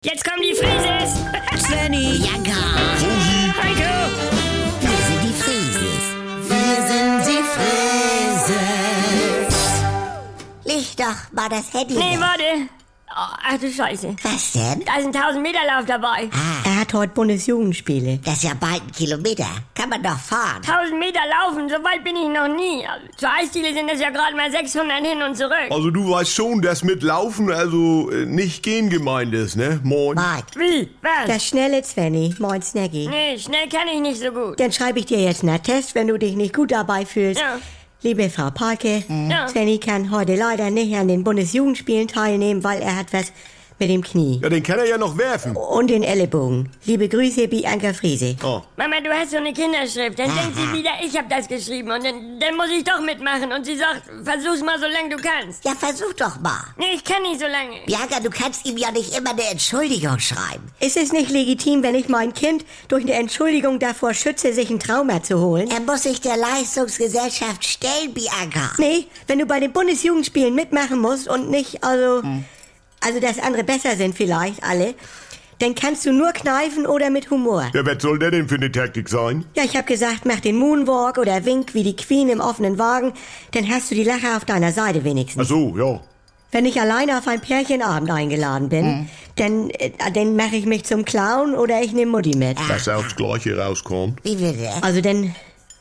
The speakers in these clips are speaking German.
Jetzt kommen die Frieses! Svenny, Jagger, Heiko! wir sind die Frieses. wir sind die Frieses. Leg doch mal das Handy Nee, weg. warte! Oh, ach du Scheiße. Was denn? Da ist ein 1000-Meter-Lauf dabei. Er hat heute Bundesjugendspiele. Das ist ja bald 1 Kilometer. Kann man doch fahren. 1000 Meter laufen, so weit bin ich noch nie. Zur Eisdiele sind es ja gerade mal 600 hin und zurück. Also du weißt schon, dass mit Laufen nicht gehen gemeint ist, ne? Moin. Mike, Wie? Was? Das schnelle Svenny, moin Snaggy. Nee, schnell kann ich nicht so gut. Dann schreibe ich dir jetzt einen Test, wenn du dich nicht gut dabei fühlst. Ja. Liebe Frau Palke, Ja. Svenny kann heute leider nicht an den Bundesjugendspielen teilnehmen, weil er hat was mit dem Knie Ja, den kann er ja noch werfen. und den Ellenbogen. Liebe Grüße, Bianca Friese. Oh. Mama, du hast so eine Kinderschrift. Dann denkt sie wieder, ich hab das geschrieben. Und dann muss ich doch mitmachen. Und sie sagt, versuch's mal, solange du kannst. ja versuch doch mal. Nee, ich kann nicht so lange. Bianca, du kannst ihm ja nicht immer eine Entschuldigung schreiben. Ist es nicht legitim, wenn ich mein Kind durch eine Entschuldigung davor schütze, sich ein Trauma zu holen? Er muss sich der Leistungsgesellschaft stellen, Bianca. Nee, wenn du bei den Bundesjugendspielen mitmachen musst und nicht, also dass andere besser sind vielleicht, alle, dann kannst du nur kneifen oder mit Humor. Ja, was soll der denn für eine Taktik sein? Ja, ich hab gesagt, mach den Moonwalk oder wink wie die Queen im offenen Wagen, dann hast du die Lacher auf deiner Seite wenigstens. Ach so, ja. Wenn ich alleine auf ein Pärchenabend eingeladen bin, dann mache ich mich zum Clown oder ich nehme Mutti mit. Dass aufs Gleiche rauskommt. Wie bitte? Also dann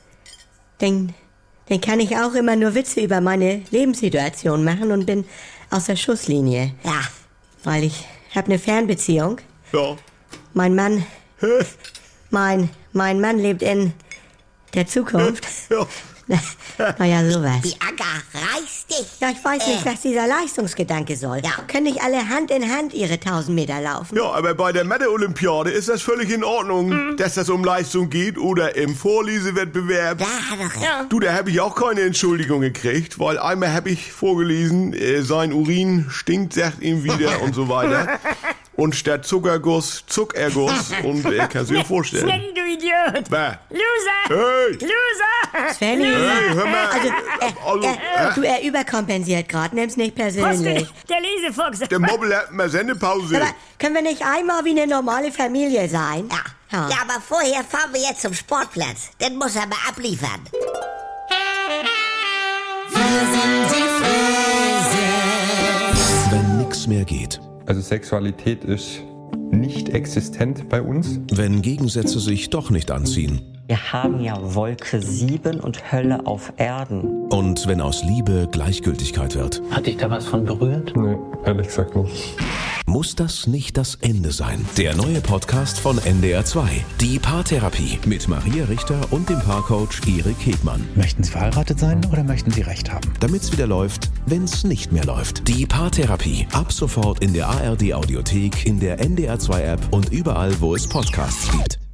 kann ich auch immer nur Witze über meine Lebenssituation machen und bin aus der Schusslinie. Ja. Weil ich habe eine Fernbeziehung. Ja. Mein Mann lebt in der Zukunft. Ja. Naja, sowas. Bianca, reiß dich. Ja, ich weiß nicht, was dieser Leistungsgedanke soll. Ja. Können nicht alle Hand in Hand ihre 1000 Meter laufen? Ja, aber bei der Mathe-Olympiade ist das völlig in Ordnung, dass das um Leistung geht oder im Vorlesewettbewerb. Da hat er recht. Ja. Du, da habe ich auch keine Entschuldigung gekriegt, weil einmal habe ich vorgelesen, sein Urin stinkt, sagt ihm wieder und so weiter. Und statt Zuckerguss, Zuckerguss. Und kann sich ja vorstellen. Snaggy, du Idiot! Bäh. Loser! Hey! Loser! Svenny, Hey, hör mal. er überkompensiert gerade, nimm's nicht Wusste persönlich. nicht, der Lesefuchs. Der Mobbel hat mal Sendepause. Aber können wir nicht einmal wie eine normale Familie sein? Ja. Ja, aber vorher fahren wir jetzt zum Sportplatz. Dann muss er mal abliefern. Wenn nix mehr geht. Also Sexualität ist nicht existent bei uns. Wenn Gegensätze sich doch nicht anziehen. Wir haben ja Wolke 7 und Hölle auf Erden. Und wenn aus Liebe Gleichgültigkeit wird. Hat dich da was von berührt? Nee, ehrlich gesagt nicht. Muss das nicht das Ende sein? Der neue Podcast von NDR 2. Die Paartherapie mit Maria Richter und dem Paarcoach Erik Hegmann. Möchten Sie verheiratet sein oder möchten Sie Recht haben? Damit's wieder läuft, wenn's nicht mehr läuft. Die Paartherapie. Ab sofort in der ARD Audiothek, in der NDR 2 App und überall, wo es Podcasts gibt.